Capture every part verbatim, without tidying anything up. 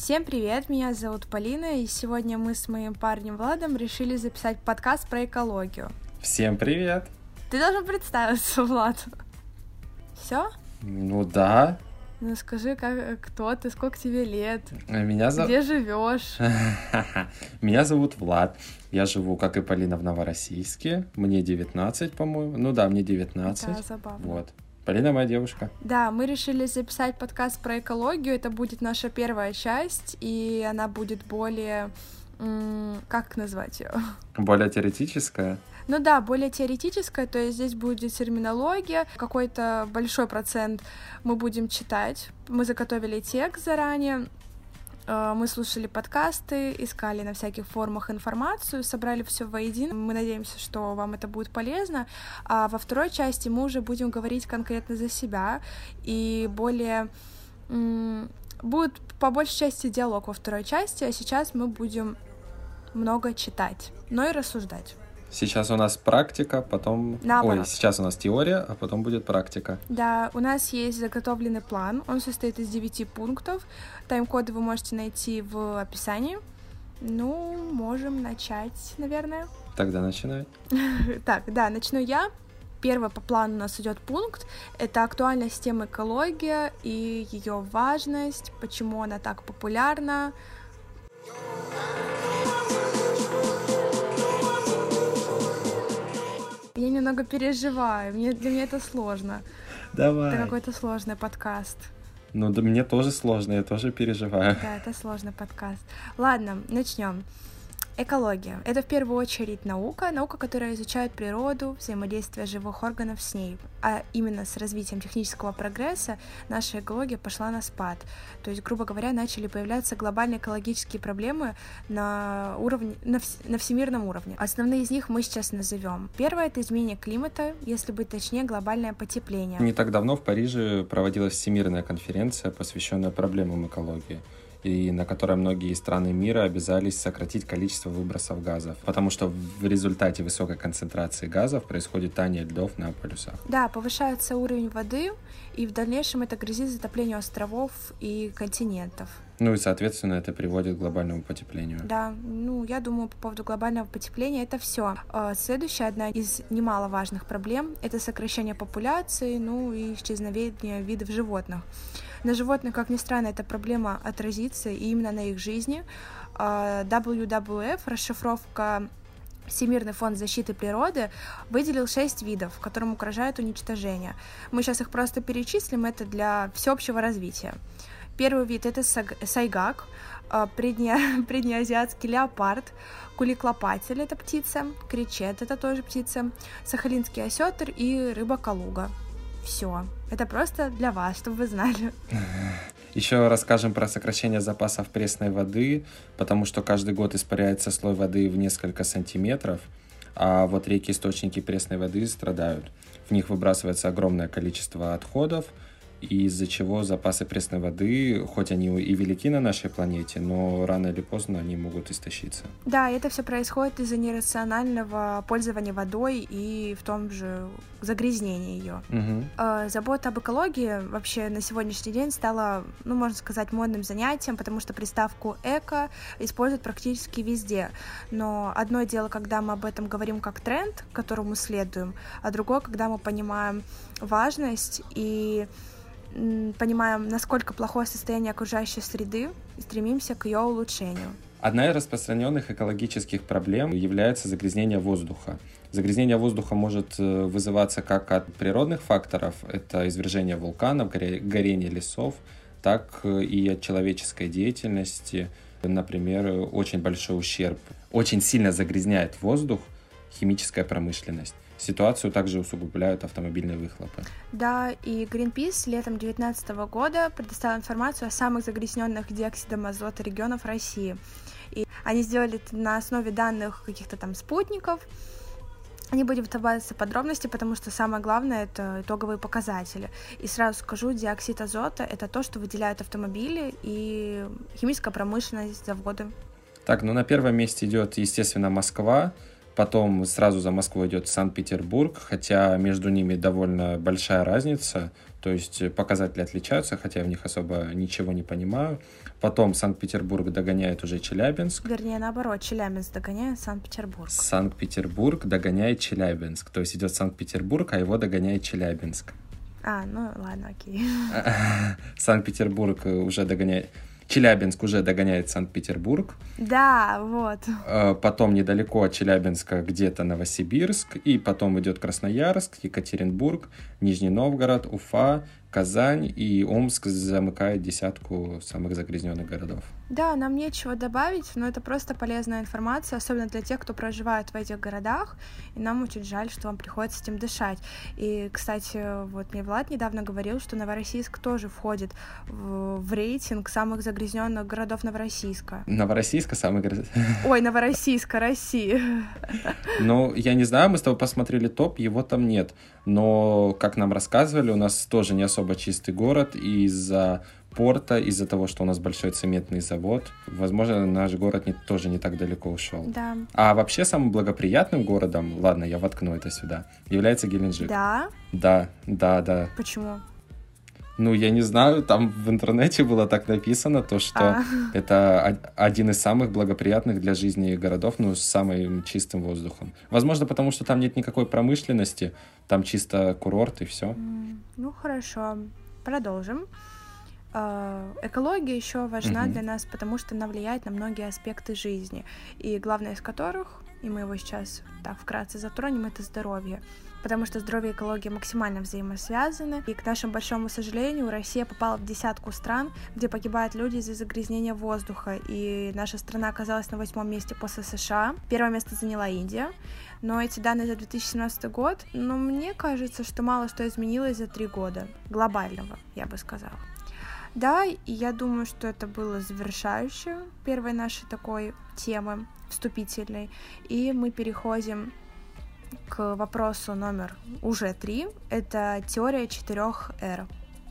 Всем привет, меня зовут Полина, и сегодня мы с моим парнем Владом решили записать подкаст про экологию. Всем привет! Ты должен представиться, Влад. Все? Ну да. Ну скажи, как, кто ты, сколько тебе лет, Меня зовут... где живешь? Меня зовут Влад. Я живу, как и Полина, в Новороссийске. Мне девятнадцать, по-моему. Ну да, мне девятнадцать. Да, забавно. Вот. Полина моя девушка. Да, мы решили записать подкаст про экологию. Это будет наша первая часть, и она будет более... М- как назвать ее? Более теоретическая. Ну да, более теоретическая, то есть здесь будет терминология, какой-то большой процент мы будем читать. Мы заготовили текст заранее, мы слушали подкасты, искали на всяких форумах информацию, собрали все воедино. Мы надеемся, что вам это будет полезно. А во второй части мы уже будем говорить конкретно за себя, и более... М- будет по большей части диалог во второй части, а сейчас мы будем много читать, но и рассуждать. Сейчас у нас практика, потом... Наоборот. Ой, сейчас у нас теория, а потом будет практика. Да, у нас есть заготовленный план, он состоит из девяти пунктов. Тайм-коды вы можете найти в описании. Ну, можем начать, наверное. Тогда начинай. Так, да, начну я. Первый по плану у нас идет пункт. Это актуальность темы экология и ее важность, почему она так популярна. Я немного переживаю, мне, для меня это сложно. Давай. Это какой-то сложный подкаст. Ну, да мне тоже сложно, я тоже переживаю. Да, это сложный подкаст. Ладно, начнем. Экология. Это в первую очередь наука, наука, которая изучает природу, взаимодействие живых органов с ней. А именно с развитием технического прогресса наша экология пошла на спад. То есть, грубо говоря, начали появляться глобальные экологические проблемы на, уровне, на, вс- на всемирном уровне. Основные из них мы сейчас назовем. Первое — это изменение климата, если быть точнее, глобальное потепление. Не так давно в Париже проводилась всемирная конференция, посвященная проблемам экологии, и на которой многие страны мира обязались сократить количество выбросов газов, потому что в результате высокой концентрации газов происходит таяние льдов на полюсах. Да, повышается уровень воды, и в дальнейшем это грозит затоплению островов и континентов. Ну и, соответственно, это приводит к глобальному потеплению. Да, ну, я думаю, по поводу глобального потепления это все. Следующая, одна из немаловажных проблем — это сокращение популяции, ну и исчезновение видов животных. На животных, как ни странно, эта проблема отразится и именно на их жизни. дабл ю дабл ю эф, расшифровка Всемирный фонд защиты природы, выделил шесть видов, которым угрожает уничтожение. Мы сейчас их просто перечислим, это для всеобщего развития. Первый вид — это сайгак, предне, преднеазиатский леопард, кулик-лопатель — это птица, кречет — это тоже птица, сахалинский осетр и рыба-калуга. Все. Это просто для вас, чтобы вы знали. Еще расскажем про сокращение запасов пресной воды, потому что каждый год испаряется слой воды в несколько сантиметров, а вот реки-источники пресной воды страдают. В них выбрасывается огромное количество отходов, из-за чего запасы пресной воды, хоть они и велики на нашей планете, но рано или поздно они могут истощиться. Да, это все происходит из-за нерационального пользования водой и в том же загрязнения ее. Угу. Забота об экологии вообще на сегодняшний день стала, ну, можно сказать, модным занятием, потому что приставку «эко» используют практически везде. Но одно дело, когда мы об этом говорим как тренд, которому следуем, а другое, когда мы понимаем важность и понимаем, насколько плохое состояние окружающей среды, и стремимся к ее улучшению. Одна из распространенных экологических проблем является загрязнение воздуха. Загрязнение воздуха может вызываться как от природных факторов, это извержение вулканов, горение лесов, так и от человеческой деятельности. Например, очень большой ущерб. Очень сильно загрязняет воздух химическая промышленность. Ситуацию также усугубляют автомобильные выхлопы. Да, и Greenpeace летом две тысячи девятнадцатого года предоставил информацию о самых загрязненных диоксидом азота регионов России. И они сделали это на основе данных каких-то там спутников. Не будем вдаваться в подробности, потому что самое главное — это итоговые показатели. И сразу скажу, диоксид азота — это то, что выделяют автомобили и химическая промышленность, заводы. Так, ну на первом месте идет, естественно, Москва. Потом сразу за Москвой идет Санкт-Петербург, хотя между ними довольно большая разница, то есть показатели отличаются, хотя я в них особо ничего не понимаю. Потом Санкт-Петербург догоняет уже Челябинск. Вернее, наоборот, Челябинск догоняет Санкт-Петербург. Санкт-Петербург догоняет Челябинск. То есть идет Санкт-Петербург, а его догоняет Челябинск. А, ну ладно, окей. Санкт-Петербург уже догоняет... Челябинск уже догоняет Санкт-Петербург. Да, вот. Потом недалеко от Челябинска где-то Новосибирск. И потом идет Красноярск, Екатеринбург, Нижний Новгород, Уфа, Казань и Омск замыкает десятку самых загрязненных городов. Да, нам нечего добавить, но это просто полезная информация, особенно для тех, кто проживает в этих городах, и нам очень жаль, что вам приходится этим дышать. И, кстати, вот мне Влад недавно говорил, что Новороссийск тоже входит в, в рейтинг самых загрязненных городов Новороссийска. Новороссийска самый... Ой, Новороссийска, России. Ну, я не знаю, мы с тобой посмотрели топ, его там нет. Но, как нам рассказывали, у нас тоже не особо чистый город, и из-за порта, из-за того, что у нас большой цементный завод, возможно, наш город не, тоже не так далеко ушел. Да. А вообще самым благоприятным городом, ладно, я воткну это сюда, является Геленджик. Да? Да, да, да. Почему? Ну, я не знаю, там в интернете было так написано, то, что а. это один из самых благоприятных для жизни городов, ну, с самым чистым воздухом. Возможно, потому что там нет никакой промышленности, там чисто курорт и все. Ну, хорошо, продолжим. Экология еще важна Угу. для нас, потому что она влияет на многие аспекты жизни, и главное из которых, и мы его сейчас так вкратце затронем, это здоровье. Потому что здоровье и экология максимально взаимосвязаны. И, к нашему большому сожалению, Россия попала в десятку стран, где погибают люди из-за загрязнения воздуха. И наша страна оказалась на восьмом месте после США. Первое место заняла Индия. Но эти данные за две тысячи семнадцатый год, но мне кажется, что мало что изменилось за три года. Глобального, я бы сказала. Да, и я думаю, что это было завершающее первой нашей такой темы, вступительной. И мы переходим к вопросу номер уже три. Это теория четырех эр.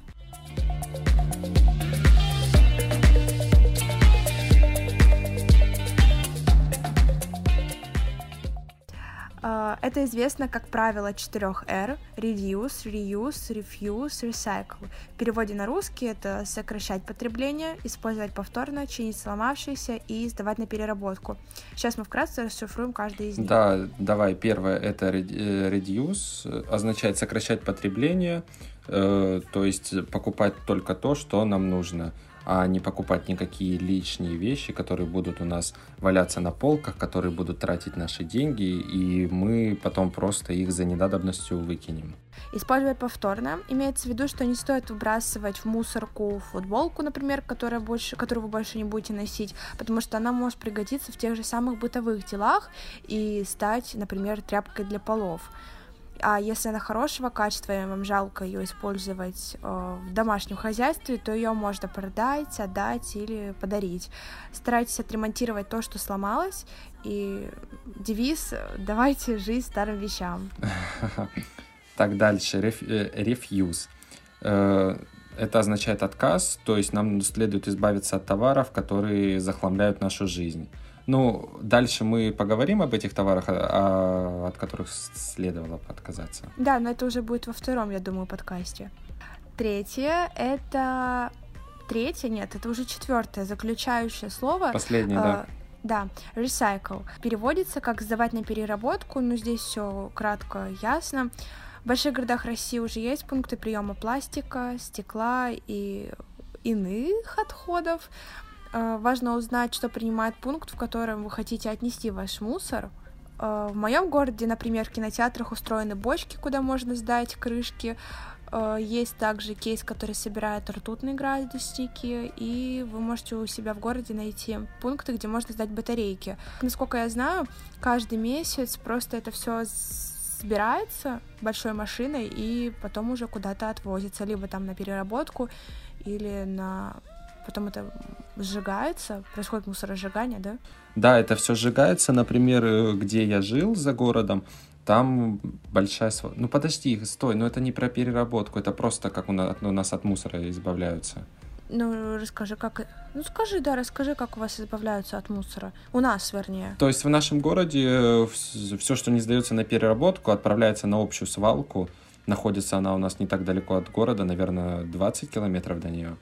Это известно как правило четырех эр: reduce, reuse, refuse, recycle. В переводе на русский это сокращать потребление, использовать повторно, чинить сломавшиеся и сдавать на переработку. Сейчас мы вкратце расшифруем каждый из них. Да, давай, первое это reduce, означает сокращать потребление, э, то есть покупать только то, что нам нужно, а не покупать никакие лишние вещи, которые будут у нас валяться на полках, которые будут тратить наши деньги, и мы потом просто их за ненадобностью выкинем. Использовать повторно имеется в виду, что не стоит выбрасывать в мусорку футболку, например, которая больше, которую вы больше не будете носить, потому что она может пригодиться в тех же самых бытовых делах и стать, например, тряпкой для полов. А если она хорошего качества, и вам жалко ее использовать э, в домашнем хозяйстве, то ее можно продать, отдать или подарить. Старайтесь отремонтировать то, что сломалось, и девиз «давайте жизнь старым вещам». Так, дальше. Refuse. Это означает отказ, то есть нам следует избавиться от товаров, которые захламляют нашу жизнь. Ну, дальше мы поговорим об этих товарах, а, от которых следовало отказаться. Да, но это уже будет во втором, я думаю, подкасте. Третье — это... Третье? Нет, это уже четвертое, заключающее слово. Последнее, э, да. Да, recycle. Переводится как «сдавать на переработку», но здесь все кратко ясно. В больших городах России уже есть пункты приема пластика, стекла и иных отходов. Важно узнать, что принимает пункт, в котором вы хотите отнести ваш мусор. В моем городе, например, в кинотеатрах устроены бочки, куда можно сдать крышки. Есть также кейс, который собирает ртутные градусники, и вы можете у себя в городе найти пункты, где можно сдать батарейки. Насколько я знаю, каждый месяц просто это все собирается большой машиной и потом уже куда-то отвозится, либо там на переработку, или на... потом это сжигается, происходит мусоросжигание, да? Да, это все сжигается. Например, где я жил за городом, там большая... Ну, подожди, стой, но это не про переработку, это просто как у нас, у нас от мусора избавляются. Ну, расскажи, как... Ну, скажи, да, расскажи, как у вас избавляются от мусора. У нас, вернее. То есть в нашем городе все, что не сдается на переработку, отправляется на общую свалку. Находится она у нас не так далеко от города, наверное, двадцать километров до нее.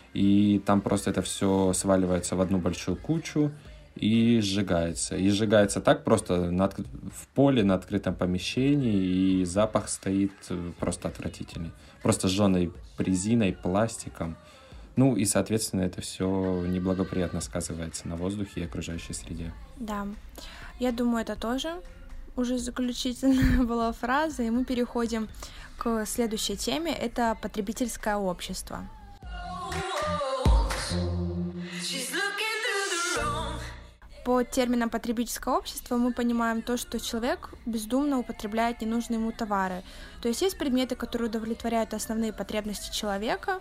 и там просто это все сваливается в одну большую кучу и сжигается. И сжигается так просто на, в поле, на открытом помещении, и запах стоит просто отвратительный. Просто сжёной резиной, пластиком. Ну и, соответственно, это все неблагоприятно сказывается на воздухе и окружающей среде. Да, я думаю, это тоже уже заключительная была фраза, и мы переходим к следующей теме. Это потребительское общество. Под термином потребительское общество мы понимаем то, что человек бездумно употребляет ненужные ему товары. То есть есть предметы, которые удовлетворяют основные потребности человека,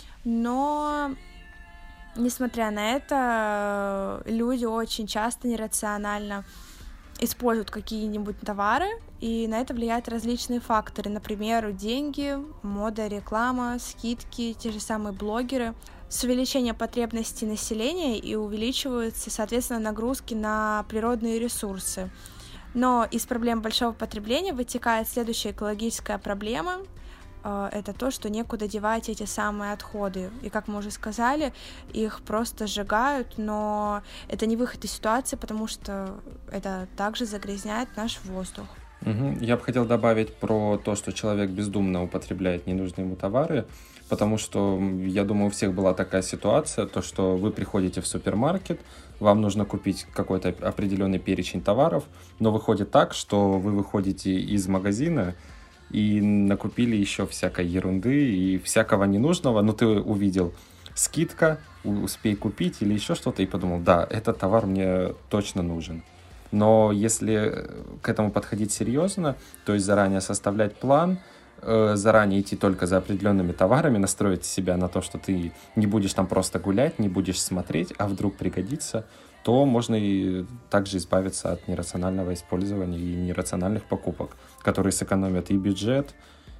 но, несмотря на это, люди очень часто нерационально используют какие-нибудь товары, и на это влияют различные факторы, например, деньги, мода, реклама, скидки, те же самые блогеры. С увеличением потребностей населения и увеличиваются, соответственно, нагрузки на природные ресурсы. Но из проблем большого потребления вытекает следующая экологическая проблема. Это то, что некуда девать эти самые отходы. И, как мы уже сказали, их просто сжигают, но это не выход из ситуации, потому что это также загрязняет наш воздух. Угу. Я бы хотел добавить про то, что человек бездумно употребляет ненужные ему товары, потому что, я думаю, у всех была такая ситуация, то, что вы приходите в супермаркет, вам нужно купить какой-то определенный перечень товаров, но выходит так, что вы выходите из магазина и накупили еще всякой ерунды и всякого ненужного, но ты увидел скидка, успей купить или еще что-то, и подумал, да, этот товар мне точно нужен. Но если к этому подходить серьезно, то есть заранее составлять план, заранее идти только за определенными товарами, настроить себя на то, что ты не будешь там просто гулять, не будешь смотреть, а вдруг пригодится, то можно и также избавиться от нерационального использования и нерациональных покупок, которые сэкономят и бюджет,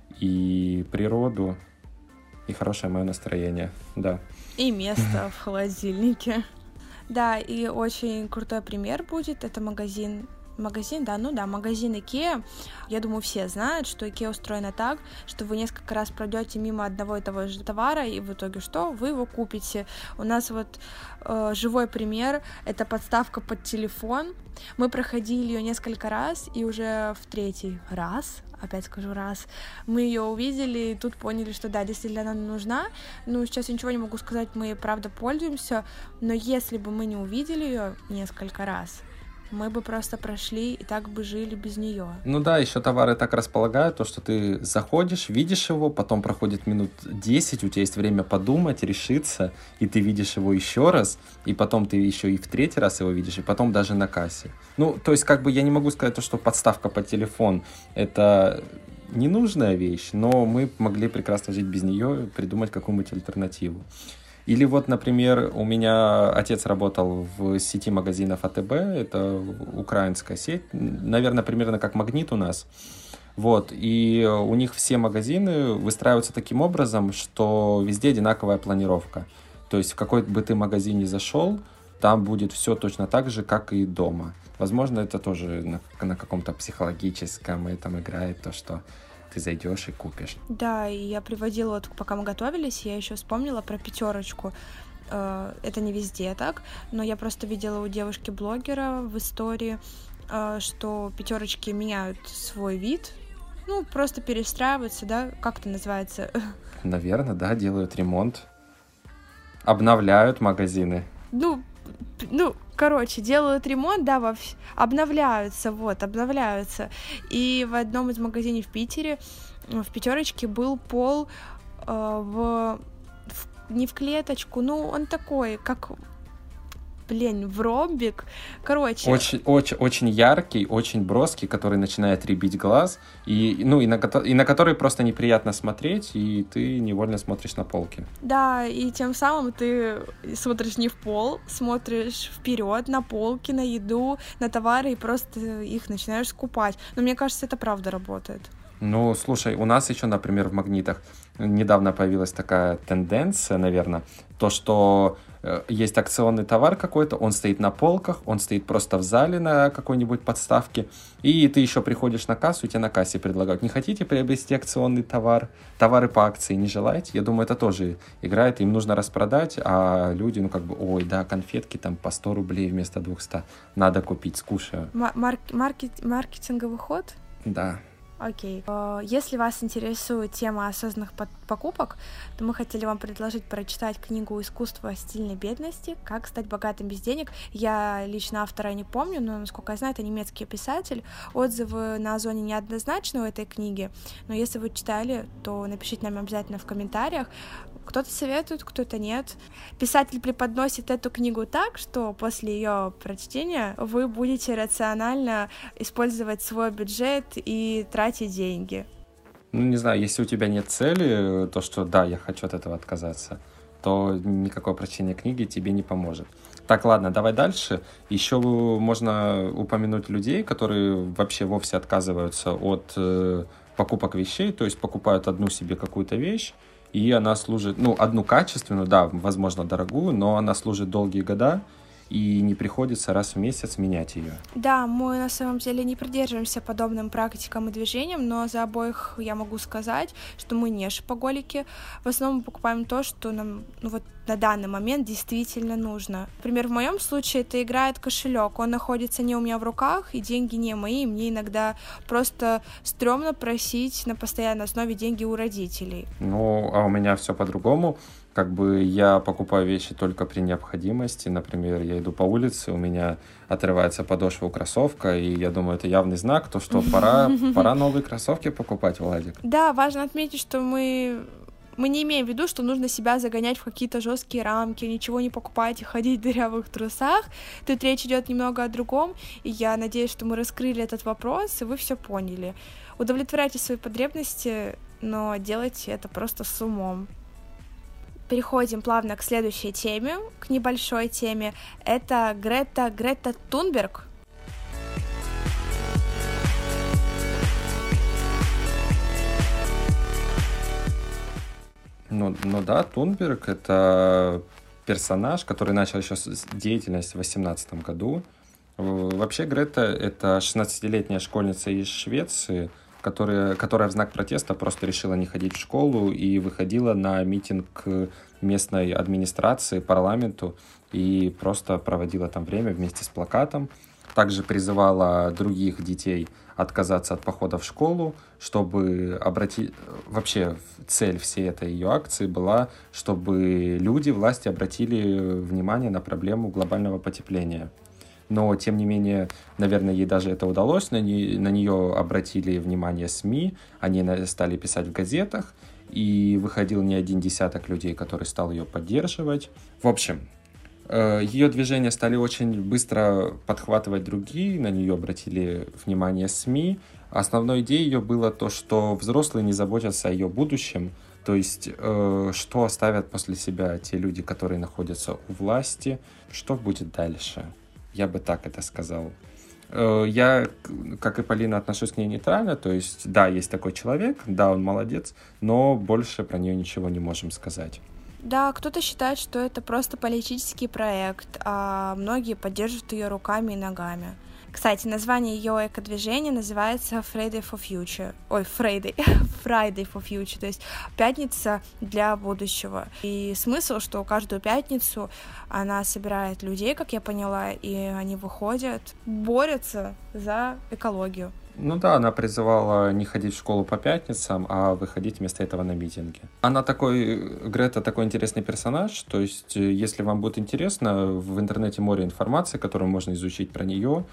и природу, и хорошее мое настроение, да. И место в холодильнике. Да, и очень крутой пример будет, это магазин, магазин, да, ну да, магазин IKEA. Я думаю, все знают, что IKEA устроена так, что вы несколько раз пройдете мимо одного и того же товара, и в итоге что? Вы его купите. У нас вот э, живой пример, это подставка под телефон. Мы проходили ее несколько раз, и уже в третий раз, опять скажу раз, мы ее увидели, и тут поняли, что да, действительно она нужна. Ну, сейчас я ничего не могу сказать, мы правда пользуемся, но если бы мы не увидели ее несколько раз, мы бы просто прошли и так бы жили без нее. Ну да, еще товары так располагают, то, что ты заходишь, видишь его, потом проходит минут десять, у тебя есть время подумать, решиться, и ты видишь его еще раз, и потом ты еще и в третий раз его видишь, и потом даже на кассе. Ну, то есть, как бы я не могу сказать, то, что подставка под телефон — это ненужная вещь, но мы могли прекрасно жить без нее, придумать какую-нибудь альтернативу. Или вот, например, у меня отец работал в сети магазинов АТБ, это украинская сеть, наверное, примерно как Магнит у нас. Вот, и у них все магазины выстраиваются таким образом, что везде одинаковая планировка. То есть в какой бы ты магазин ни зашел, там будет все точно так же, как и дома. Возможно, это тоже на, на каком-то психологическом этом играет, то, что ты зайдешь и купишь. Да, и я приводила, вот пока мы готовились, я еще вспомнила про пятерочку. Это не везде так, но я просто видела у девушки-блогера в истории, что пятерочки меняют свой вид, ну, просто перестраиваются, да, как это называется? Наверное, да, делают ремонт, обновляют магазины. Ну, ну, короче, делают ремонт, да, во вс... обновляются, вот, обновляются. И в одном из магазинов в Питере, в пятерочке, был пол э, в... в... не в клеточку, ну, он такой, как... Блин, в ромбик, короче. Очень, очень, очень яркий, очень броский, который начинает рябить глаз, и, ну, и, на, и на который просто неприятно смотреть, и ты невольно смотришь на полки. Да, и тем самым ты смотришь не в пол, смотришь вперед на полки, на еду, на товары, и просто их начинаешь скупать. Но мне кажется, это правда работает. Ну, слушай, у нас еще, например, в Магнитах недавно появилась такая тенденция, наверное, то, что есть акционный товар какой-то, он стоит на полках, он стоит просто в зале на какой-нибудь подставке, и ты еще приходишь на кассу, и тебе на кассе предлагают: не хотите приобрести акционный товар, товары по акции не желаете? Я думаю, это тоже играет, им нужно распродать, а люди, ну как бы, ой, да, конфетки там по сто рублей вместо двухсот, надо купить, скушаю. Мар- маркет- маркетинговый ход? Да. Окей. Okay. Если вас интересует тема осознанных покупок, то мы хотели вам предложить прочитать книгу «Искусство стильной бедности. Как стать богатым без денег». Я лично автора не помню, но, насколько я знаю, это немецкий писатель. Отзывы на Озоне неоднозначны у этой книги, но если вы читали, то напишите нам обязательно в комментариях. Кто-то советует, кто-то нет. Писатель преподносит эту книгу так, что после ее прочтения вы будете рационально использовать свой бюджет и тратить деньги. Ну, не знаю, если у тебя нет цели, то что да, я хочу от этого отказаться, то никакое прочтение книги тебе не поможет. Так, ладно, давай дальше. Еще можно упомянуть людей, которые вообще вовсе отказываются от э, покупок вещей, то есть покупают одну себе какую-то вещь, и она служит, ну, одну качественную, да, возможно, дорогую, но она служит долгие года, и не приходится раз в месяц менять ее. Да, мы на самом деле не придерживаемся подобным практикам и движениям, но за обоих я могу сказать, что мы не шопоголики. В основном мы покупаем то, что нам, ну, вот на данный момент действительно нужно. Например, в моем случае это играет кошелек. Он находится не у меня в руках, и деньги не мои. Мне иногда просто стрёмно просить на постоянной основе деньги у родителей. Ну, а у меня все по-другому. Как бы я покупаю вещи только при необходимости. Например, я иду по улице, у меня отрывается подошва у кроссовка, и я думаю, это явный знак, то что пора, пора новые кроссовки покупать, Владик. Да, важно отметить, что мы... Мы не имеем в виду, что нужно себя загонять в какие-то жесткие рамки, ничего не покупать и ходить в дырявых трусах. Тут речь идет немного о другом, и я надеюсь, что мы раскрыли этот вопрос, и вы все поняли. Удовлетворяйте свои потребности, но делайте это просто с умом. Переходим плавно к следующей теме, к небольшой теме. Это Грета, Грета Тунберг. Ну, ну да, Тунберг — это персонаж, который начал еще деятельность в две тысячи восемнадцатом году. Вообще Грета — это шестнадцатилетняя школьница из Швеции, которая, которая в знак протеста просто решила не ходить в школу и выходила на митинг местной администрации, парламенту, и просто проводила там время вместе с плакатом. Также призывала других детей отказаться от похода в школу, чтобы обратить... Вообще цель всей этой ее акции была, чтобы люди, власти обратили внимание на проблему глобального потепления. Но, тем не менее, наверное, ей даже это удалось. На, не, на нее обратили внимание СМИ, они стали писать в газетах, и выходил не один десяток людей, которые стал ее поддерживать. В общем, ее движения стали очень быстро подхватывать другие, на нее обратили внимание СМИ. Основной идеей ее было то, что взрослые не заботятся о ее будущем, то есть что оставят после себя те люди, которые находятся у власти, что будет дальше. Я бы так это сказал. Я, как и Полина, отношусь к ней нейтрально, то есть, да, есть такой человек, да, он молодец, но больше про нее ничего не можем сказать. Да, кто-то считает, что это просто политический проект, а многие поддерживают ее руками и ногами. Кстати, название ее экодвижения называется Friday for Future. Ой, Friday. Friday for Future, то есть пятница для будущего. И смысл, что каждую пятницу она собирает людей, как я поняла, и они выходят, борются за экологию. Ну да, она призывала не ходить в школу по пятницам, а выходить вместо этого на митинги. Она такой, Грета такой интересный персонаж, то есть если вам будет интересно, в интернете море информации, которую можно изучить про нее,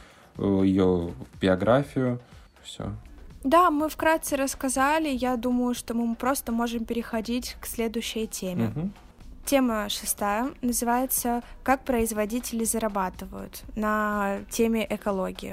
ее биографию, все. Да, мы вкратце рассказали, я думаю, что мы просто можем переходить к следующей теме. Угу. Тема шестая называется «Как производители зарабатывают» на теме экологии.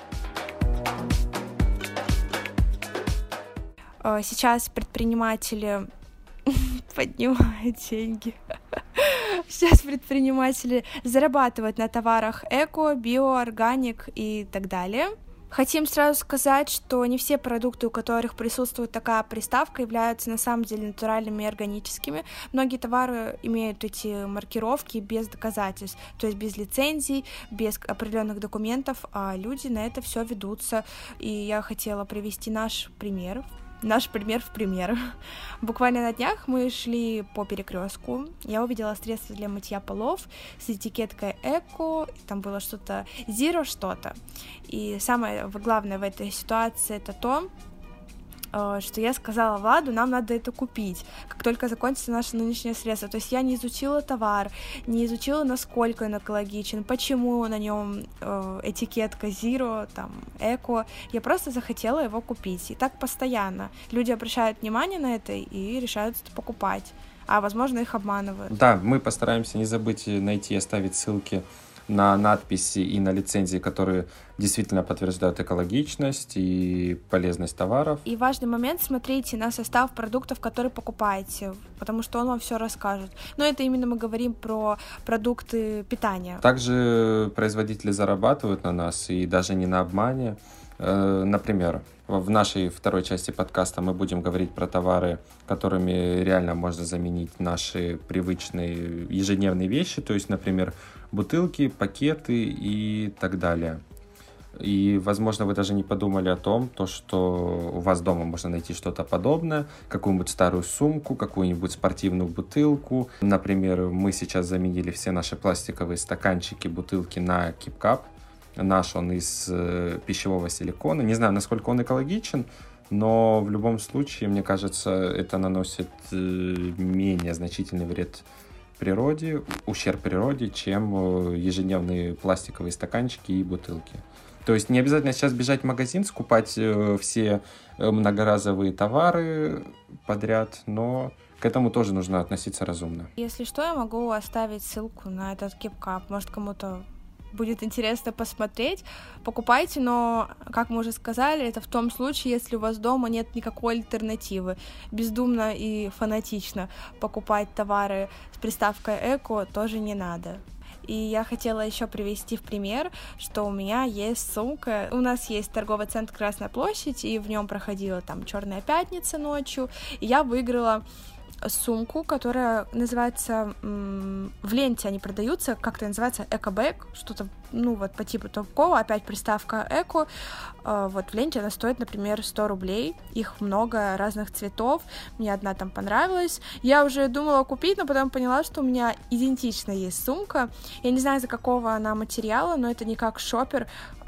Сейчас предприниматели поднимают деньги. Сейчас предприниматели зарабатывают на товарах эко, био, органик и так далее. Хотим сразу сказать, что не все продукты, у которых присутствует такая приставка, являются на самом деле натуральными и органическими. Многие товары имеют эти маркировки без доказательств, то есть без лицензий, без определенных документов, а люди на это все ведутся. И я хотела привести наш пример. Наш пример в пример. Буквально на днях мы шли по перекрестку. Я увидела средство для мытья полов с этикеткой эко. Там было что-то zero что-то. И самое главное в этой ситуации это то, что я сказала Владу, нам надо это купить, как только закончится наше нынешнее средство. То есть я не изучила товар, не изучила, насколько он экологичен, почему на нем э, этикетка Zero, там, эко. Я просто захотела его купить. И так постоянно. Люди обращают внимание на это и решают это покупать. А, возможно, их обманывают. Да, мы постараемся не забыть найти и оставить ссылки на надписи и на лицензии, которые действительно подтверждают экологичность и полезность товаров. И важный момент, смотрите на состав продуктов, которые покупаете, потому что он вам все расскажет. Но это именно мы говорим про продукты питания. Также производители зарабатывают на нас, и даже не на обмане. Например, в нашей второй части подкаста мы будем говорить про товары, которыми реально можно заменить наши привычные ежедневные вещи, то есть, например, бутылки, пакеты и так далее. И, возможно, вы даже не подумали о том, то, что у вас дома можно найти что-то подобное, какую-нибудь старую сумку, какую-нибудь спортивную бутылку. Например, мы сейчас заменили все наши пластиковые стаканчики, бутылки на KeepCup. Наш он из э, пищевого силикона. Не знаю, насколько он экологичен, но в любом случае, мне кажется, это наносит э, менее значительный вред природе, ущерб природе, чем ежедневные пластиковые стаканчики и бутылки. То есть не обязательно сейчас бежать в магазин, скупать э, все многоразовые товары подряд, но к этому тоже нужно относиться разумно. Если что, я могу оставить ссылку на этот KeepCup. Может, кому-то будет интересно посмотреть. Покупайте, но, как мы уже сказали, это в том случае, если у вас дома нет никакой альтернативы. Бездумно и фанатично покупать товары с приставкой эко тоже не надо. И я хотела еще привести в пример, что у меня есть сумка. У нас есть торговый центр Красная площадь, и в нем проходила там Черная пятница ночью, и я выиграла сумку, которая называется, в ленте они продаются, как-то называется экобэг, что-то, ну вот по типу такого, опять приставка эко, вот в ленте она стоит, например, сто рублей, их много разных цветов, мне одна там понравилась, я уже думала купить, но потом поняла, что у меня идентичная есть сумка, я не знаю, из-за какого она материала, но это не как шопер,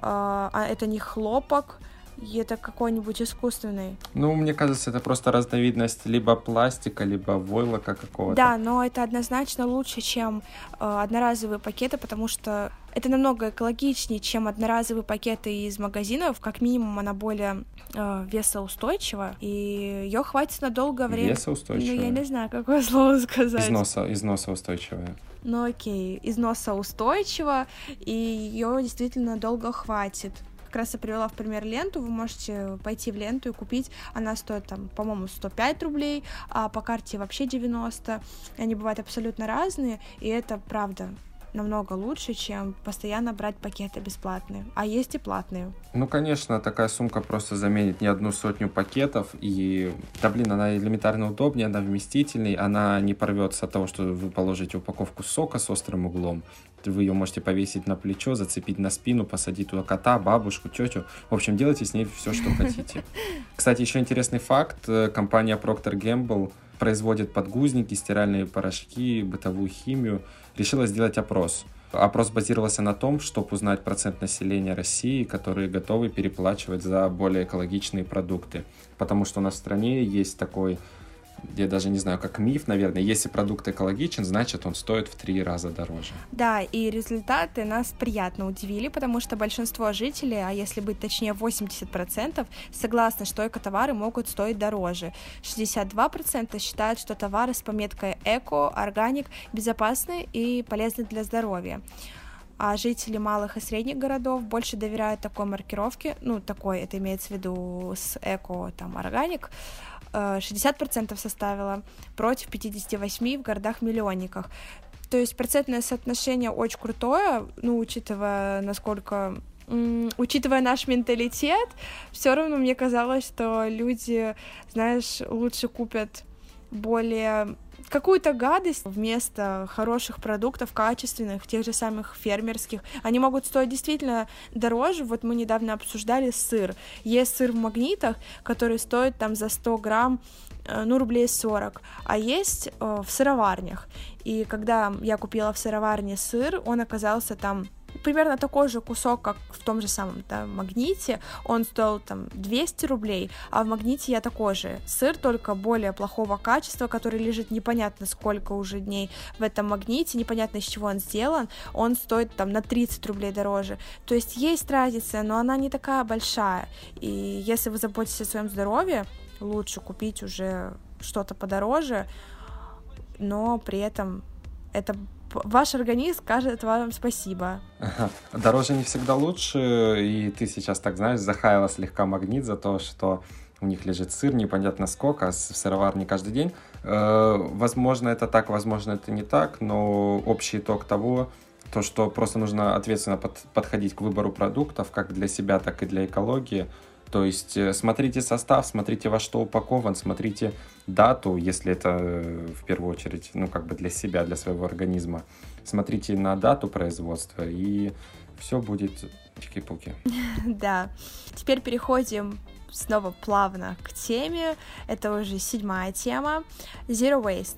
а это не хлопок, и это какой-нибудь искусственный. Ну, мне кажется, это просто разновидность либо пластика, либо войлока какого-то. Да, но это однозначно лучше, чем э, одноразовые пакеты, потому что это намного экологичнее, чем одноразовые пакеты из магазинов. Как минимум, она более э, весоустойчива, и ее хватит на долгое время. Весоустойчивая? Ну, я не знаю, какое слово сказать. Износа, износоустойчивая. Ну, окей, износоустойчива, и ее действительно долго хватит. Как раз я привела в пример ленту, вы можете пойти в ленту и купить, она стоит там, по-моему, сто пять рублей, а по карте вообще девяносто, они бывают абсолютно разные, и это правда намного лучше, чем постоянно брать пакеты бесплатные, а есть и платные. Ну, конечно, такая сумка просто заменит не одну сотню пакетов, и, да блин, она элементарно удобнее, она вместительней, она не порвется от того, что вы положите упаковку сока с острым углом, вы ее можете повесить на плечо, зацепить на спину, посадить туда кота, бабушку, тетю, в общем, делайте с ней все, что хотите. Кстати, еще интересный факт, компания Procter Gamble производит подгузники, стиральные порошки, бытовую химию, решила сделать опрос. Опрос базировался на том, чтобы узнать процент населения России, которые готовы переплачивать за более экологичные продукты. Потому что у нас в стране есть такой, я даже не знаю, как миф, наверное, если продукт экологичен, значит он стоит в три раза дороже. Да, и результаты нас приятно удивили, потому что большинство жителей, а если быть точнее восемьдесят процентов, согласны, что экотовары могут стоить дороже. шестьдесят два процента считают, что товары с пометкой эко, органик безопасны и полезны для здоровья. А жители малых и средних городов больше доверяют такой маркировке, ну, такой, это имеется в виду с эко, там, органик, шестьдесят процентов составила против пятьдесят восемь процентов в городах-миллионниках. То есть процентное соотношение очень крутое, ну, учитывая, насколько учитывая наш менталитет, все равно мне казалось, что люди, знаешь, лучше купят более какую-то гадость вместо хороших продуктов, качественных, тех же самых фермерских. Они могут стоить действительно дороже. Вот мы недавно обсуждали сыр. Есть сыр в Магнитах, который стоит там за сто грамм, ну, рублей сорок, а есть э, в сыроварнях. И когда я купила в сыроварне сыр, он оказался там примерно такой же кусок, как в том же самом да, Магните, он стоил там двести рублей, а в Магните я такой же сыр, только более плохого качества, который лежит непонятно сколько уже дней в этом Магните, непонятно из чего он сделан, он стоит там на тридцать рублей дороже. То есть есть разница, но она не такая большая, и если вы заботитесь о своем здоровье, лучше купить уже что-то подороже, но при этом это ваш организм скажет вам спасибо. Дороже не всегда лучше, и ты сейчас, так знаешь, захаяла слегка Магнит за то, что у них лежит сыр, непонятно сколько, а в сыроварне каждый день. Возможно, это так, возможно, это не так, но общий итог того, то, что просто нужно ответственно под, подходить к выбору продуктов, как для себя, так и для экологии. То есть смотрите состав, смотрите, во что упакован, смотрите дату, если это в первую очередь, ну, как бы для себя, для своего организма. Смотрите на дату производства, и все будет чики-пуки. Да. Теперь переходим снова плавно к теме. Это уже седьмая тема. Zero Waste.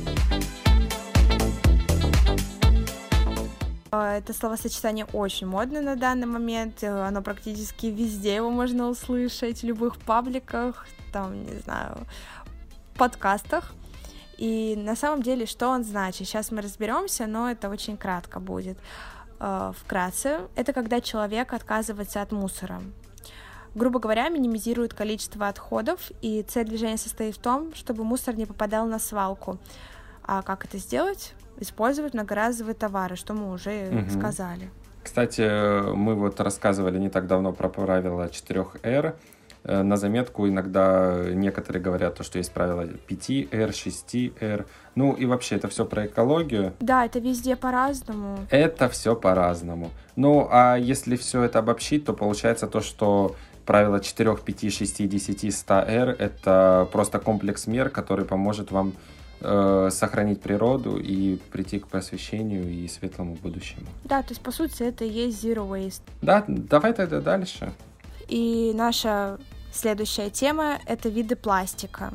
Это словосочетание очень модно на данный момент, оно практически везде, его можно услышать, в любых пабликах, там, не знаю, подкастах. И на самом деле, что он значит? Сейчас мы разберемся, но это очень кратко будет. Вкратце, это когда человек отказывается от мусора. Грубо говоря, минимизирует количество отходов, и цель движения состоит в том, чтобы мусор не попадал на свалку. А как это сделать? Использовать многоразовые товары, что мы уже угу. сказали. Кстати, мы вот рассказывали не так давно про правило четырех эр. На заметку иногда некоторые говорят, что есть правило пяти эр, шести эр. Ну и вообще это все про экологию. Да, это везде по-разному. Это все по-разному. Ну а если все это обобщить, то получается то, что правило четыре, пять, шесть, десять, сто эр — это просто комплекс мер, который поможет вам сохранить природу и прийти к просвещению и светлому будущему. Да, то есть, по сути, это и есть Zero Waste. Да, давай тогда дальше. И наша следующая тема — это виды пластика.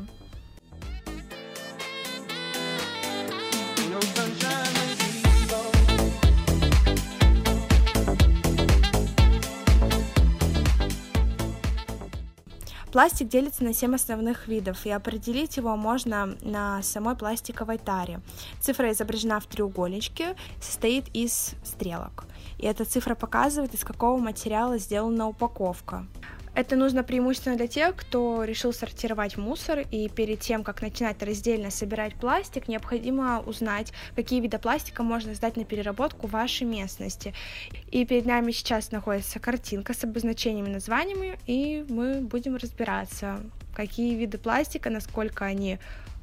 Пластик делится на семь основных видов, и определить его можно на самой пластиковой таре. Цифра изображена в треугольничке, состоит из стрелок. И эта цифра показывает, из какого материала сделана упаковка. Это нужно преимущественно для тех, кто решил сортировать мусор, и перед тем, как начинать раздельно собирать пластик, необходимо узнать, какие виды пластика можно сдать на переработку в вашей местности. И перед нами сейчас находится картинка с обозначениями, названиями, и мы будем разбираться, какие виды пластика, насколько они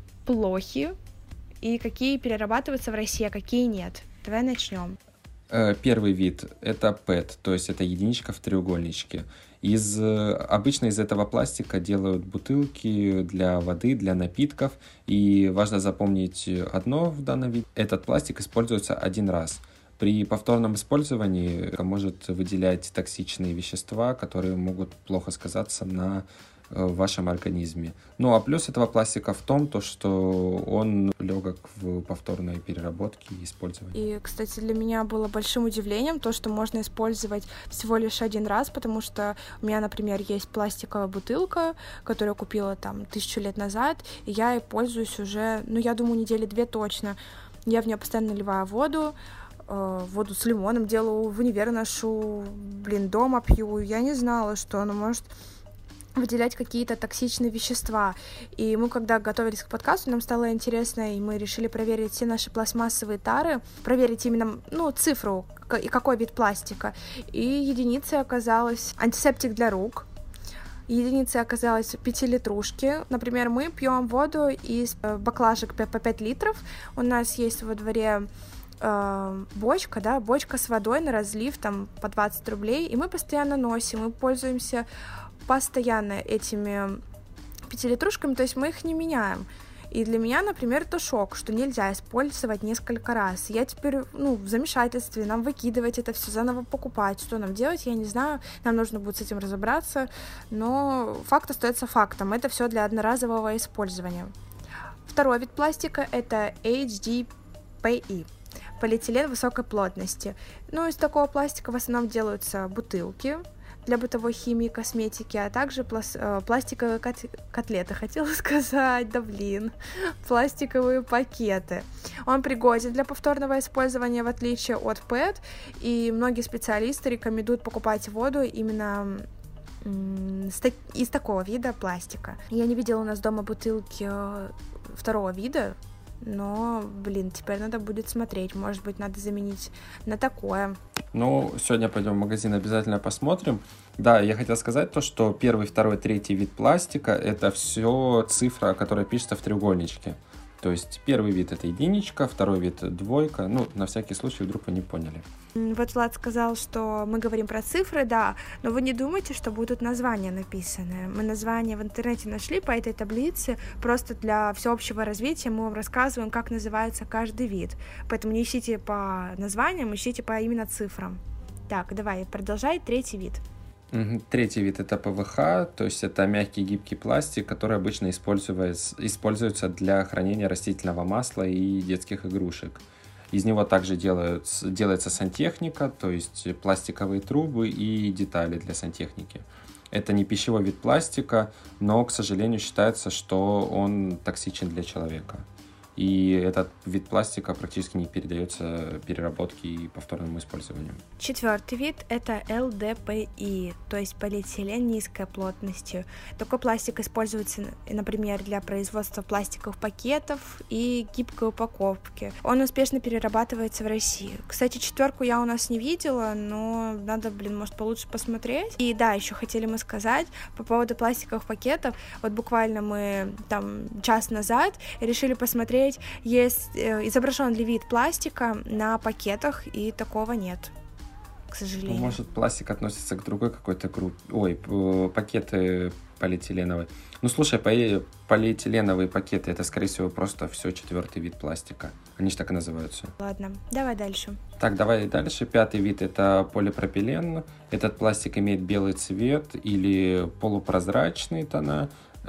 плохи, и какие перерабатываются в России, а какие нет. Давай начнем. Первый вид — это пэт, то есть это единичка в треугольничке. Из, обычно из этого пластика делают бутылки для воды, для напитков. И важно запомнить одно в данном виде. Этот пластик используется один раз. При повторном использовании может выделять токсичные вещества, которые могут плохо сказаться на в вашем организме. Ну а плюс этого пластика в том, то, что он легок в повторной переработке и использовании. И, кстати, для меня было большим удивлением то, что можно использовать всего лишь один раз, потому что у меня, например, есть пластиковая бутылка, которую я купила там тысячу лет назад, и я ей пользуюсь уже, ну, я думаю, недели две точно. Я в нее постоянно наливаю воду, воду с лимоном делаю, в универ ношу, блин, дома пью. Я не знала, что она может выделять какие-то токсичные вещества. И мы, когда готовились к подкасту, нам стало интересно, и мы решили проверить все наши пластмассовые тары, проверить именно, ну, цифру и какой вид пластика. И единицей оказалась антисептик для рук. Единицей оказалась пятилитрушки. Например, мы пьем воду из баклажек по пять литров. У нас есть во дворе э, бочка, да, бочка с водой на разлив там по двадцать рублей, и мы постоянно носим, мы пользуемся постоянно этими пятилитрушками, то есть мы их не меняем. И для меня, например, это шок, что нельзя использовать несколько раз. Я теперь, ну, в замешательстве, нам выкидывать это все, заново покупать, что нам делать, я не знаю, нам нужно будет с этим разобраться, но факт остается фактом, это все для одноразового использования. Второй вид пластика — это эйч ди пи и, полиэтилен высокой плотности. Ну, из такого пластика в основном делаются бутылки для бытовой химии, косметики, а также плас- э, пластиковые кот- котлеты, хотела сказать, да блин, пластиковые пакеты. Он пригоден для повторного использования, в отличие от пэт, и многие специалисты рекомендуют покупать воду именно м- с так- из такого вида пластика. Я не видела у нас дома бутылки э, второго вида, но, блин, теперь надо будет смотреть, может быть, надо заменить на такое. Ну, сегодня пойдем в магазин, обязательно посмотрим. Да, я хотел сказать то, что первый, второй, третий вид пластика — это все цифра, которая пишется в треугольничке. То есть первый вид — это единичка, второй вид — двойка. Ну, на всякий случай, вдруг вы не поняли. Вот Влад сказал, что мы говорим про цифры, да, но вы не думайте, что будут названия написаны. Мы названия в интернете нашли по этой таблице, просто для всеобщего развития мы вам рассказываем, как называется каждый вид. Поэтому не ищите по названиям, ищите по именно цифрам. Так, давай, продолжай, третий вид. Третий вид — это пэ вэ ха, то есть это мягкий гибкий пластик, который обычно используется, используется для хранения растительного масла и детских игрушек. Из него также делают, делается сантехника, то есть пластиковые трубы и детали для сантехники. Это не пищевой вид пластика, но, к сожалению, считается, что он токсичен для человека. И этот вид пластика практически не передается переработке и повторному использованию. Четвертый вид — это эл дэ пэ и, то есть полиэтилен низкой плотности. Такой пластик используется, например, для производства пластиковых пакетов и гибкой упаковки. Он успешно перерабатывается в России. Кстати, четверку я у нас не видела, но надо, блин, может, получше посмотреть. И да, еще хотели мы сказать по поводу пластиковых пакетов. Вот буквально мы там час назад решили посмотреть, есть э, изображен ли вид пластика на пакетах, и такого нет, к сожалению. Ну, может, пластик относится к другой какой-то группе. Ой, пакеты полиэтиленовые. Ну, слушай, полиэтиленовые пакеты — это, скорее всего, просто все четвертый вид пластика. Они же так и называются. Ладно, давай дальше. Так, давай дальше. Пятый вид — это полипропилен. Этот пластик имеет белый цвет или полупрозрачные тона.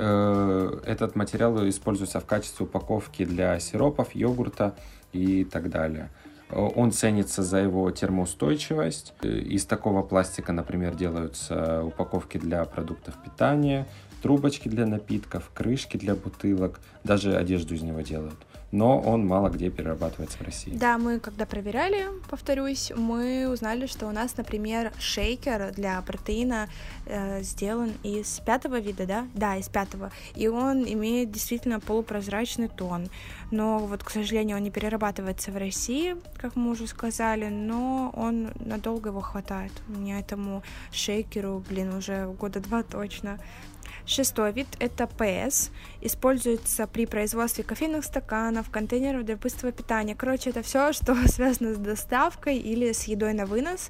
Этот материал используется в качестве упаковки для сиропов, йогурта и так далее. Он ценится за его термоустойчивость. Из такого пластика, например, делаются упаковки для продуктов питания, трубочки для напитков, крышки для бутылок, даже одежду из него делают. Но он мало где перерабатывается в России. Да, мы когда проверяли, повторюсь, мы узнали, что у нас, например, шейкер для протеина э, сделан из пятого вида, да? Да, из пятого. И он имеет действительно полупрозрачный тон. Но вот, к сожалению, он не перерабатывается в России, как мы уже сказали, но он надолго его хватает. У меня этому шейкеру, блин, уже года два точно. Шестой вид — это пэ эс, используется при производстве кофейных стаканов, контейнеров для быстрого питания. Короче, это все, что связано с доставкой или с едой на вынос.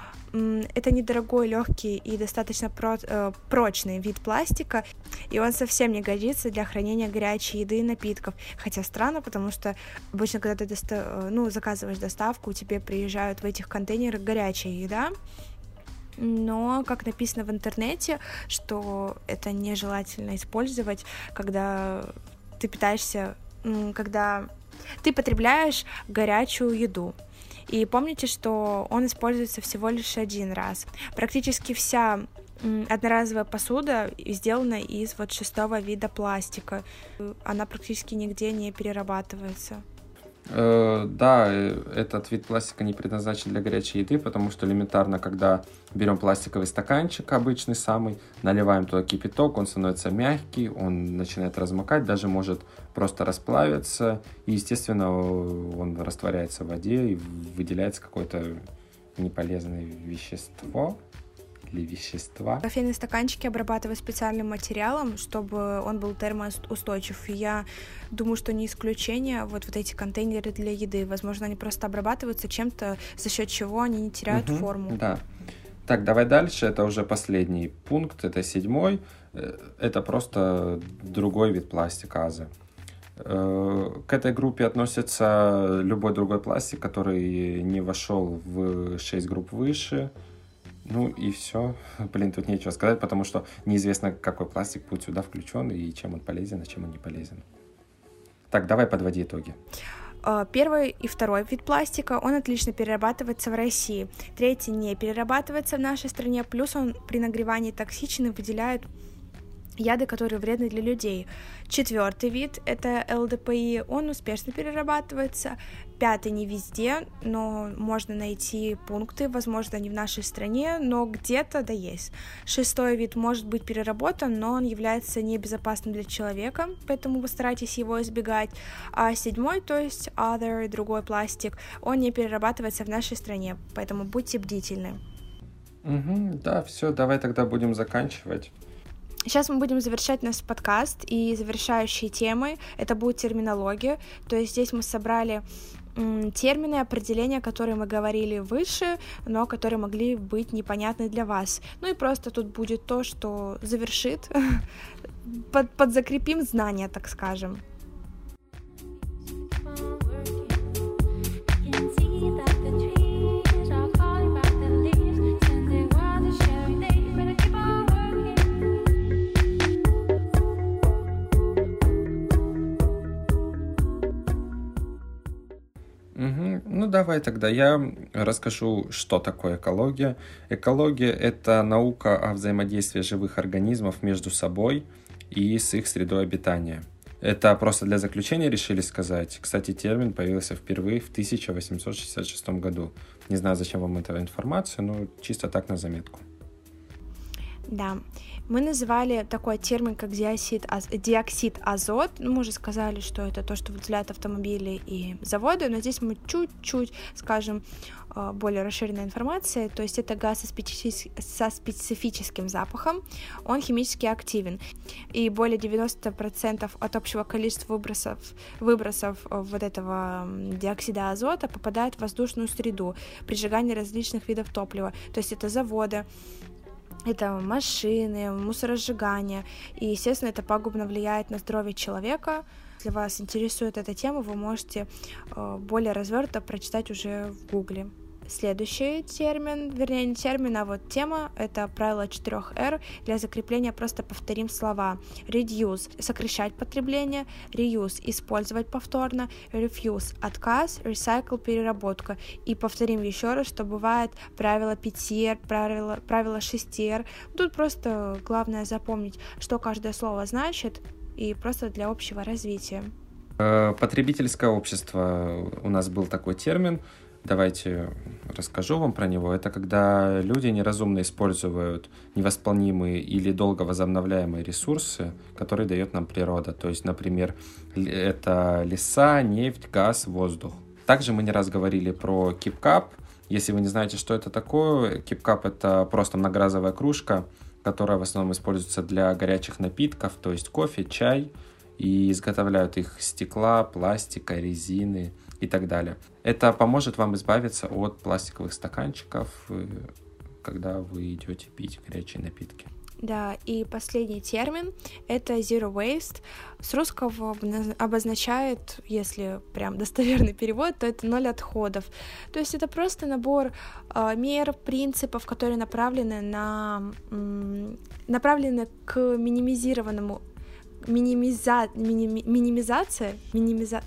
Это недорогой, легкий и достаточно про, э, прочный вид пластика, и он совсем не годится для хранения горячей еды и напитков. Хотя странно, потому что обычно, когда ты доста- ну, заказываешь доставку, тебе приезжают в этих контейнерах горячая еда. Но, как написано в интернете, что это нежелательно использовать, когда ты питаешься, когда ты потребляешь горячую еду. И помните, что он используется всего лишь один раз. Практически вся одноразовая посуда сделана из вот шестого вида пластика. Она практически нигде не перерабатывается. Да, этот вид пластика не предназначен для горячей еды, потому что элементарно, когда берем пластиковый стаканчик, обычный самый, наливаем туда кипяток, он становится мягкий, он начинает размокать, даже может просто расплавиться, и, естественно, он растворяется в воде и выделяется какое-то неполезное вещество. или вещества. Кофейные стаканчики обрабатывают специальным материалом, чтобы он был термоустойчив. И я думаю, что не исключение вот, вот эти контейнеры для еды. Возможно, они просто обрабатываются чем-то, за счет чего они не теряют Угу, форму. да. Так, давай дальше. Это уже последний пункт, это седьмой. Это просто другой вид пластика, АЗО. К этой группе относится любой другой пластик, который не вошел в шесть групп выше. Ну и все. Блин, тут нечего сказать, потому что неизвестно, какой пластик будет сюда включен и чем он полезен, а чем он не полезен. Так, давай подводи итоги. Первый и второй вид пластика, он отлично перерабатывается в России. Третий не перерабатывается в нашей стране, плюс он при нагревании токсичен и выделяет яды, которые вредны для людей. Четвертый вид — это эл дэ пэ и, он успешно перерабатывается. Пятый не везде, но можно найти пункты, возможно, не в нашей стране, но где-то да есть. Шестой вид может быть переработан, но он является небезопасным для человека, поэтому постарайтесь его избегать. А седьмой, то есть other, другой пластик, он не перерабатывается в нашей стране, поэтому будьте бдительны. Угу, да, все, давай тогда будем заканчивать. Сейчас мы будем завершать наш подкаст, и завершающие темы — это будет терминология, то есть здесь мы собрали м, термины, определения, которые мы говорили выше, но которые могли быть непонятны для вас. Ну и просто тут будет то, что завершит, под, подзакрепим знания, так скажем. Ну, давай тогда я расскажу, что такое экология. Экология — это наука о взаимодействии живых организмов между собой и с их средой обитания. Это просто для заключения решили сказать. Кстати, термин появился впервые в тысяча восемьсот шестьдесят шестом году. Не знаю, зачем вам эта информация, но чисто так на заметку. Да, мы называли такой термин, как диоксид, аз... диоксид азот. Ну, мы уже сказали, что это то, что выделяют автомобили и заводы, но здесь мы чуть-чуть скажем более расширенная информация. То есть это газ со, специфи... со специфическим запахом, он химически активен, и более девяносто процентов от общего количества выбросов, выбросов вот этого диоксида азота попадает в воздушную среду при сжигании различных видов топлива. То есть это заводы, это машины, мусоросжигание, и, естественно, это пагубно влияет на здоровье человека. Если вас интересует эта тема, вы можете более развернуто прочитать уже в Гугле. Следующий термин, вернее, не термин, а вот тема, это правило четырех эр. Для закрепления просто повторим слова. Reduce — сокращать потребление, reuse — использовать повторно, refuse — отказ, recycle — переработка. И повторим еще раз, что бывает правило пяти эр, правило, правило шести эр. Тут просто главное запомнить, что каждое слово значит, и просто для общего развития. Потребительское общество, у нас был такой термин. Давайте расскажу вам про него. Это когда люди неразумно используют невосполнимые или долго возобновляемые ресурсы, которые дает нам природа. То есть, например, это леса, нефть, газ, воздух. Также мы не раз говорили про KeepCup. Если вы не знаете, что это такое, KeepCup — это просто многоразовая кружка, которая в основном используется для горячих напитков, то есть кофе, чай, и изготовляют их из стекла, пластика, резины и так далее. Это поможет вам избавиться от пластиковых стаканчиков, когда вы идете пить горячие напитки. Да, и последний термин — это zero waste. С русского обозначает, если прям достоверный перевод, то это ноль отходов. То есть это просто набор э, мер, принципов, которые направлены на м, направлены к минимизированному минимиза, миними, минимизация, минимиза.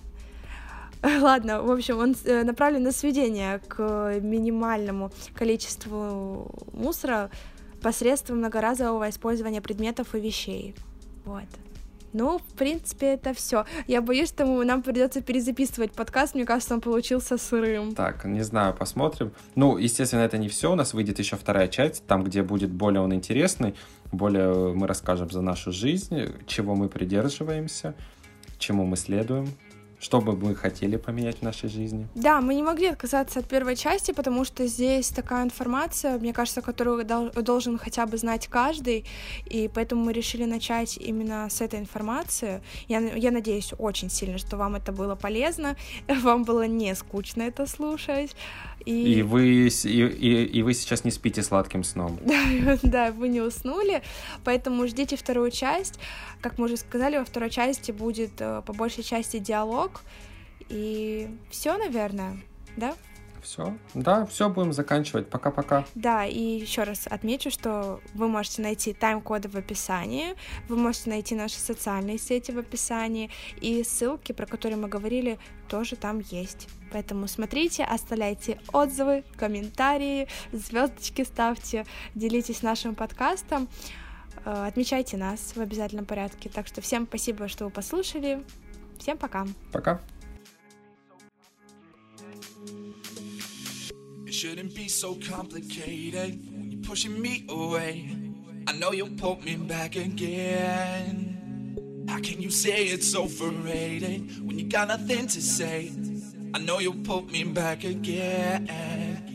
Ладно, в общем, он направлен на сведение к минимальному количеству мусора посредством многоразового использования предметов и вещей. Вот. Ну, в принципе, это все. Я боюсь, что нам придется перезаписывать подкаст. Мне кажется, он получился сырым. Так, не знаю, посмотрим. Ну, естественно, это не все. У нас выйдет еще вторая часть, там, где будет более он интересный. Более мы расскажем за нашу жизнь, чего мы придерживаемся, чему мы следуем, Что бы вы хотели поменять в нашей жизни? Да, мы не могли отказаться от первой части, потому что здесь такая информация, мне кажется, которую дол- должен хотя бы знать каждый, и поэтому мы решили начать именно с этой информации. Я, я надеюсь очень сильно, что вам это было полезно, вам было не скучно это слушать. И, и, вы, и, и, и вы сейчас не спите сладким сном. Да, да, вы не уснули, поэтому ждите вторую часть. Как мы уже сказали, во второй части будет по большей части диалог. И все, наверное, да? Все, да, все, будем заканчивать. Пока-пока. Да, и еще раз отмечу, что вы можете найти тайм-коды в описании, вы можете найти наши социальные сети в описании, и ссылки, про которые мы говорили, тоже там есть. Поэтому смотрите, оставляйте отзывы, комментарии, звездочки ставьте, делитесь нашим подкастом, отмечайте нас в обязательном порядке. Так что всем спасибо, что вы послушали. Всем пока. Пока. It shouldn't be so complicated when you're pushing me away. I know you'll pull me back again. How can you say it's overrated when you got nothing to say? I know you'll pull me back again.